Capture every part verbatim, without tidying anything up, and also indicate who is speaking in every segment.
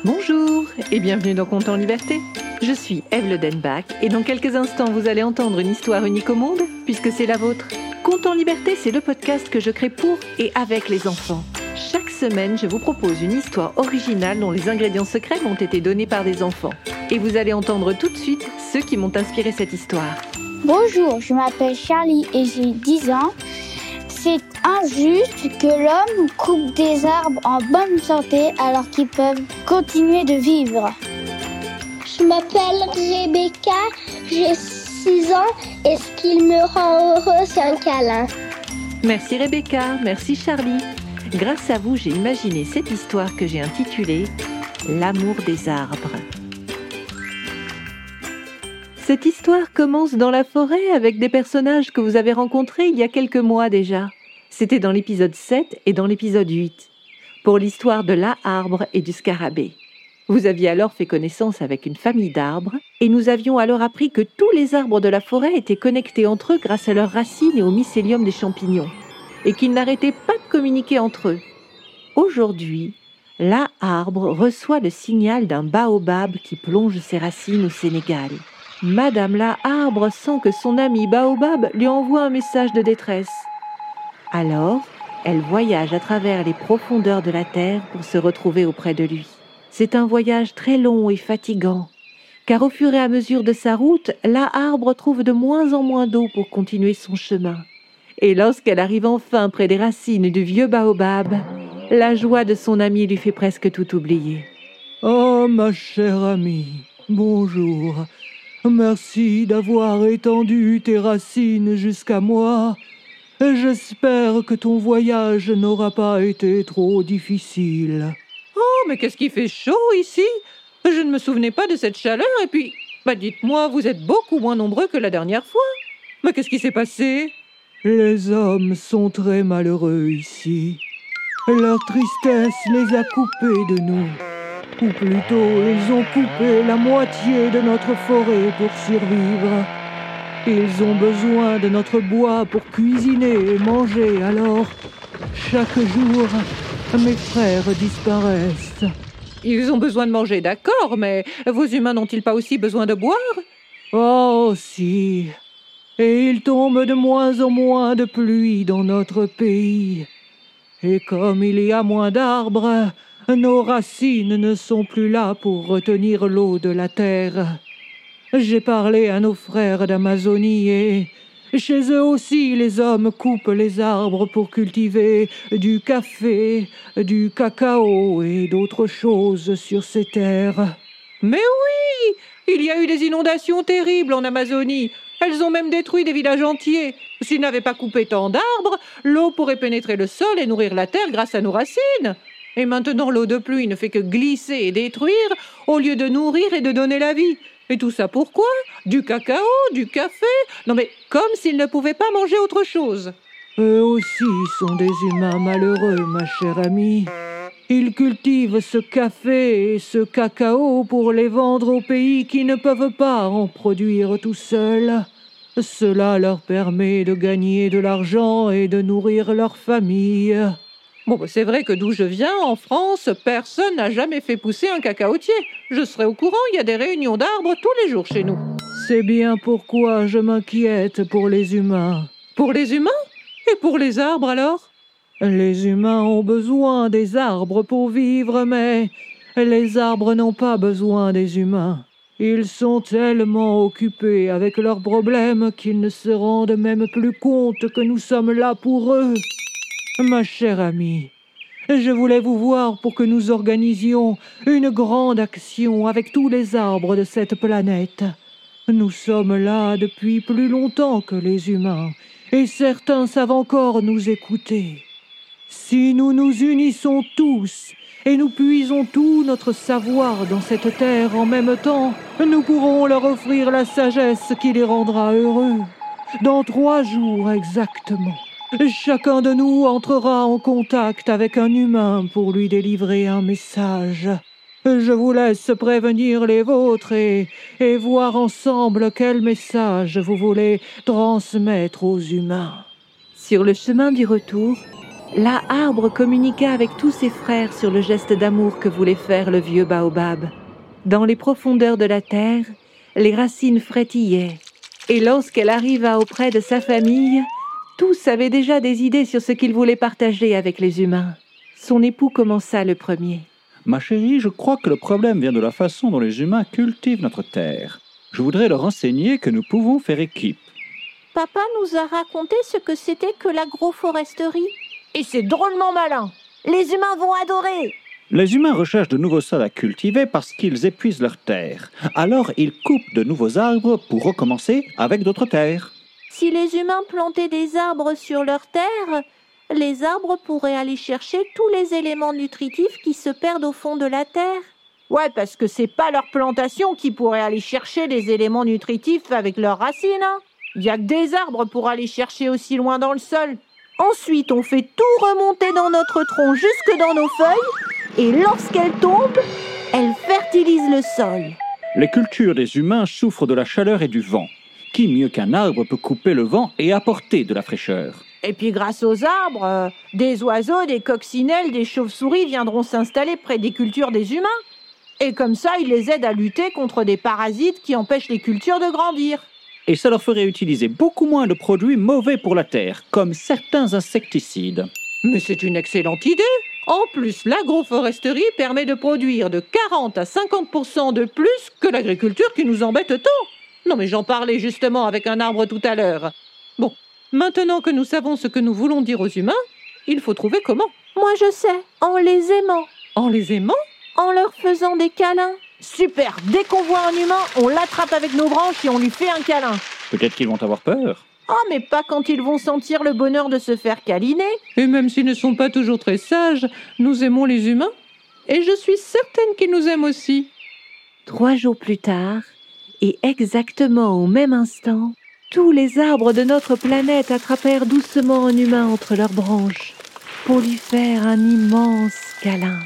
Speaker 1: Bonjour et bienvenue dans Contes en Liberté. Je suis Ève Le Denbach et dans quelques instants vous allez entendre une histoire unique au monde puisque c'est la vôtre. Contes en Liberté, c'est le podcast que je crée pour et avec les enfants. Chaque semaine, je vous propose une histoire originale dont les ingrédients secrets m'ont été donnés par des enfants. Et vous allez entendre tout de suite ceux qui m'ont inspiré cette histoire.
Speaker 2: Bonjour, je m'appelle Charlie et j'ai dix ans. C'est injuste que l'homme coupe des arbres en bonne santé alors qu'ils peuvent continuer de vivre.
Speaker 3: Je m'appelle Rebecca, j'ai six ans et ce qui me rend heureux, c'est un câlin.
Speaker 1: Merci Rebecca, merci Charlie. Grâce à vous, j'ai imaginé cette histoire que j'ai intitulée « L'amour des arbres ». Cette histoire commence dans la forêt avec des personnages que vous avez rencontrés il y a quelques mois déjà. C'était dans l'épisode sept et dans l'épisode huit, pour l'histoire de l'arbre et du scarabée. Vous aviez alors fait connaissance avec une famille d'arbres et nous avions alors appris que tous les arbres de la forêt étaient connectés entre eux grâce à leurs racines et au mycélium des champignons et qu'ils n'arrêtaient pas de communiquer entre eux. Aujourd'hui, l'arbre reçoit le signal d'un baobab qui plonge ses racines au Sénégal. Madame la arbre sent que son ami baobab lui envoie un message de détresse. Alors, elle voyage à travers les profondeurs de la terre pour se retrouver auprès de lui. C'est un voyage très long et fatigant, car au fur et à mesure de sa route, la arbre trouve de moins en moins d'eau pour continuer son chemin. Et lorsqu'elle arrive enfin près des racines du vieux baobab, la joie de son ami lui fait presque tout oublier.
Speaker 4: « Oh, ma chère amie, bonjour. Merci d'avoir étendu tes racines jusqu'à moi. J'espère que ton voyage n'aura pas été trop difficile. »
Speaker 1: Oh, mais qu'est-ce qui fait chaud ici ? Je ne me souvenais pas de cette chaleur et puis, bah dites-moi, vous êtes beaucoup moins nombreux que la dernière fois. Mais qu'est-ce qui s'est passé ?
Speaker 4: Les hommes sont très malheureux ici. Leur tristesse les a coupés de nous. Ou plutôt, ils ont coupé la moitié de notre forêt pour survivre. Ils ont besoin de notre bois pour cuisiner et manger, alors, chaque jour, mes frères disparaissent.
Speaker 1: Ils ont besoin de manger, d'accord, mais vos humains n'ont-ils pas aussi besoin de boire ?
Speaker 4: Oh, si. Et il tombe de moins en moins de pluie dans notre pays. Et comme il y a moins d'arbres, nos racines ne sont plus là pour retenir l'eau de la terre. J'ai parlé à nos frères d'Amazonie et chez eux aussi les hommes coupent les arbres pour cultiver du café, du cacao et d'autres choses sur ces terres.
Speaker 1: Mais oui, il y a eu des inondations terribles en Amazonie. Elles ont même détruit des villages entiers. S'ils n'avaient pas coupé tant d'arbres, l'eau pourrait pénétrer le sol et nourrir la terre grâce à nos racines. Et maintenant, l'eau de pluie ne fait que glisser et détruire au lieu de nourrir et de donner la vie. Et tout ça pourquoi ? Du cacao, du café ? Non mais comme s'ils ne pouvaient pas manger autre chose.
Speaker 4: Eux aussi sont des humains malheureux, ma chère amie. Ils cultivent ce café et ce cacao pour les vendre aux pays qui ne peuvent pas en produire tout seuls. Cela leur permet de gagner de l'argent et de nourrir leur famille.
Speaker 1: Bon, bah c'est vrai que d'où je viens, en France, personne n'a jamais fait pousser un cacaotier. Je serai au courant, il y a des réunions d'arbres tous les jours chez nous.
Speaker 4: C'est bien pourquoi je m'inquiète pour les humains.
Speaker 1: Pour les humains ? Et pour les arbres alors ?
Speaker 4: Les humains ont besoin des arbres pour vivre, mais les arbres n'ont pas besoin des humains. Ils sont tellement occupés avec leurs problèmes qu'ils ne se rendent même plus compte que nous sommes là pour eux. Ma chère amie, je voulais vous voir pour que nous organisions une grande action avec tous les arbres de cette planète. Nous sommes là depuis plus longtemps que les humains, et certains savent encore nous écouter. Si nous nous unissons tous et nous puisons tout notre savoir dans cette terre en même temps, nous pourrons leur offrir la sagesse qui les rendra heureux. Dans trois jours exactement, chacun de nous entrera en contact avec un humain pour lui délivrer un message. Je vous laisse prévenir les vôtres et, et voir ensemble quel message vous voulez transmettre aux humains.
Speaker 1: Sur le chemin du retour, la arbre communiqua avec tous ses frères sur le geste d'amour que voulait faire le vieux baobab. Dans les profondeurs de la terre, les racines frétillaient, et lorsqu'elle arriva auprès de sa famille, tous avaient déjà des idées sur ce qu'ils voulaient partager avec les humains. Son époux commença le premier.
Speaker 5: Ma chérie, je crois que le problème vient de la façon dont les humains cultivent notre terre. Je voudrais leur enseigner que nous pouvons faire équipe.
Speaker 6: Papa nous a raconté ce que c'était que l'agroforesterie. Et c'est drôlement malin. Les humains vont adorer.
Speaker 5: Les humains recherchent de nouveaux sols à cultiver parce qu'ils épuisent leur terre. Alors ils coupent de nouveaux arbres pour recommencer avec d'autres terres.
Speaker 6: Si les humains plantaient des arbres sur leur terre, les arbres pourraient aller chercher tous les éléments nutritifs qui se perdent au fond de la terre. Ouais, parce que c'est pas leur plantation qui pourrait aller chercher les éléments nutritifs avec leurs racines. Hein. Il y a que des arbres pour aller chercher aussi loin dans le sol. Ensuite, on fait tout remonter dans notre tronc jusque dans nos feuilles, et lorsqu'elles tombent, elles fertilisent le sol.
Speaker 5: Les cultures des humains souffrent de la chaleur et du vent. Qui mieux qu'un arbre peut couper le vent et apporter de la fraîcheur?
Speaker 6: Et puis grâce aux arbres, euh, des oiseaux, des coccinelles, des chauves-souris viendront s'installer près des cultures des humains. Et comme ça, ils les aident à lutter contre des parasites qui empêchent les cultures de grandir.
Speaker 5: Et ça leur ferait utiliser beaucoup moins de produits mauvais pour la terre, comme certains insecticides.
Speaker 4: Mais c'est une excellente idée. En plus, l'agroforesterie permet de produire de quarante à cinquante pour cent de plus que l'agriculture qui nous embête tant. Non mais j'en parlais justement avec un arbre tout à l'heure. Bon, maintenant que nous savons ce que nous voulons dire aux humains, il faut trouver comment.
Speaker 6: Moi je sais, en les aimant.
Speaker 4: En les aimant?
Speaker 6: En leur faisant des câlins. Super, dès qu'on voit un humain, on l'attrape avec nos branches et on lui fait un câlin.
Speaker 5: Peut-être qu'ils vont avoir peur.
Speaker 6: Oh, mais pas quand ils vont sentir le bonheur de se faire câliner.
Speaker 4: Et même s'ils ne sont pas toujours très sages, nous aimons les humains. Et je suis certaine qu'ils nous aiment aussi.
Speaker 1: Trois jours plus tard, et exactement au même instant, tous les arbres de notre planète attrapèrent doucement un humain entre leurs branches pour lui faire un immense câlin.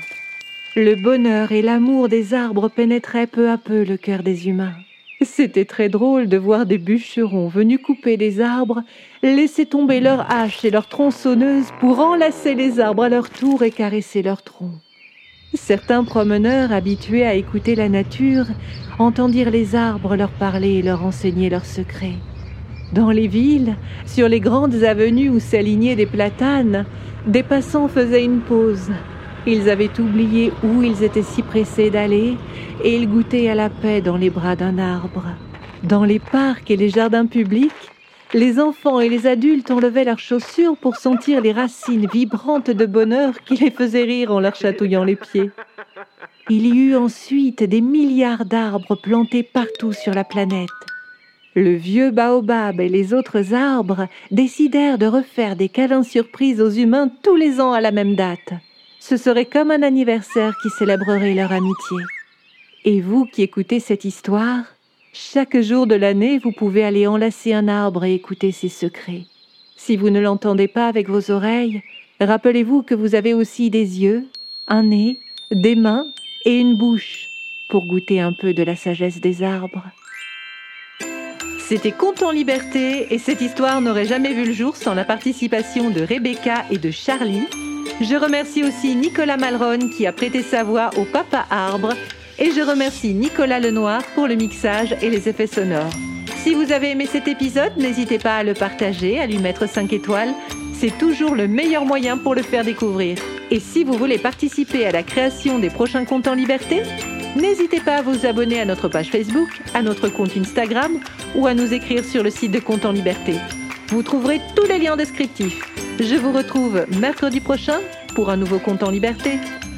Speaker 1: Le bonheur et l'amour des arbres pénétraient peu à peu le cœur des humains. C'était très drôle de voir des bûcherons venus couper des arbres, laisser tomber leurs haches et leurs tronçonneuses pour enlacer les arbres à leur tour et caresser leurs troncs. Certains promeneurs habitués à écouter la nature entendirent les arbres leur parler et leur enseigner leurs secrets. Dans les villes, sur les grandes avenues où s'alignaient des platanes, des passants faisaient une pause. Ils avaient oublié où ils étaient si pressés d'aller et ils goûtaient à la paix dans les bras d'un arbre. Dans les parcs et les jardins publics, les enfants et les adultes enlevaient leurs chaussures pour sentir les racines vibrantes de bonheur qui les faisaient rire en leur chatouillant les pieds. Il y eut ensuite des milliards d'arbres plantés partout sur la planète. Le vieux baobab et les autres arbres décidèrent de refaire des câlins surprises aux humains tous les ans à la même date. Ce serait comme un anniversaire qui célébrerait leur amitié. Et vous qui écoutez cette histoire, chaque jour de l'année, vous pouvez aller enlacer un arbre et écouter ses secrets. Si vous ne l'entendez pas avec vos oreilles, rappelez-vous que vous avez aussi des yeux, un nez, des mains et une bouche pour goûter un peu de la sagesse des arbres. C'était Contes en liberté et cette histoire n'aurait jamais vu le jour sans la participation de Rebecca et de Charlie. Je remercie aussi Nicolas Malronne qui a prêté sa voix au Papa Arbre et je remercie Nicolas Lenoir pour le mixage et les effets sonores. Si vous avez aimé cet épisode, n'hésitez pas à le partager, à lui mettre cinq étoiles. C'est toujours le meilleur moyen pour le faire découvrir. Et si vous voulez participer à la création des prochains Contes en liberté, n'hésitez pas à vous abonner à notre page Facebook, à notre compte Instagram ou à nous écrire sur le site de Contes en liberté. Vous trouverez tous les liens descriptifs. Je vous retrouve mercredi prochain pour un nouveau Conte en liberté.